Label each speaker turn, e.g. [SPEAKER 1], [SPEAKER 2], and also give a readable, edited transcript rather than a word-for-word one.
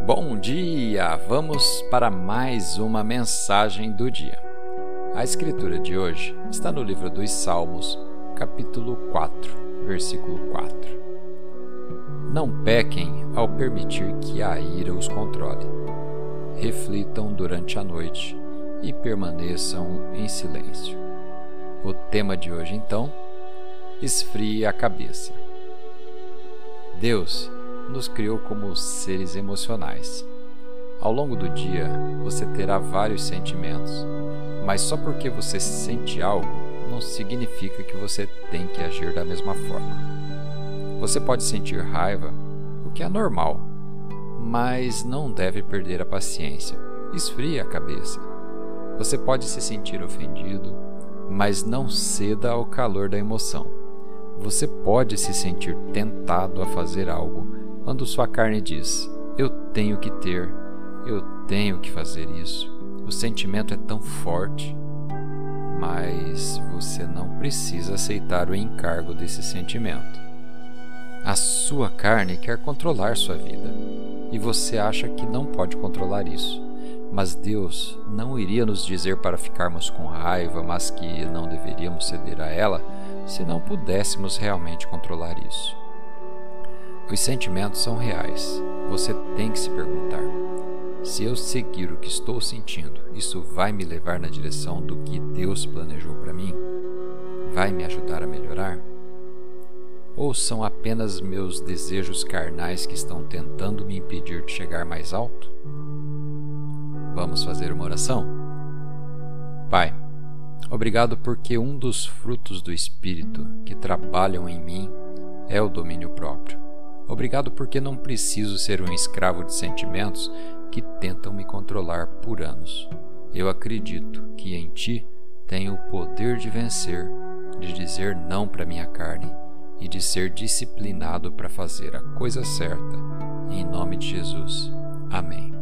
[SPEAKER 1] Bom dia! Vamos para mais uma mensagem do dia. A escritura de hoje está no livro dos Salmos, capítulo 4, versículo 4. Não pequem ao permitir que a ira os controle. Reflitam durante a noite e permaneçam em silêncio. O tema de hoje, então, esfrie a cabeça. Deus nos criou como seres emocionais. Ao longo do dia, você terá vários sentimentos, mas só porque você sente algo, não significa que você tem que agir da mesma forma. Você pode sentir raiva, o que é normal, mas não deve perder a paciência. Esfrie a cabeça. Você pode se sentir ofendido, mas não ceda ao calor da emoção. Você pode se sentir tentado a fazer algo quando sua carne diz, eu tenho que ter, eu tenho que fazer isso. O sentimento é tão forte, mas você não precisa aceitar o encargo desse sentimento. A sua carne quer controlar sua vida, e você acha que não pode controlar isso. Mas Deus não iria nos dizer para ficarmos com raiva, mas que não deveríamos ceder a ela, se não pudéssemos realmente controlar isso. Os sentimentos são reais. Você tem que se perguntar, se eu seguir o que estou sentindo, isso vai me levar na direção do que Deus planejou para mim? Vai me ajudar a melhorar? Ou são apenas meus desejos carnais que estão tentando me impedir de chegar mais alto? Vamos fazer uma oração? Pai, obrigado porque um dos frutos do Espírito que trabalham em mim é o domínio próprio. Obrigado porque não preciso ser um escravo de sentimentos que tentam me controlar por anos. Eu acredito que em Ti tenho o poder de vencer, de dizer não para minha carne e de ser disciplinado para fazer a coisa certa. Em nome de Jesus. Amém.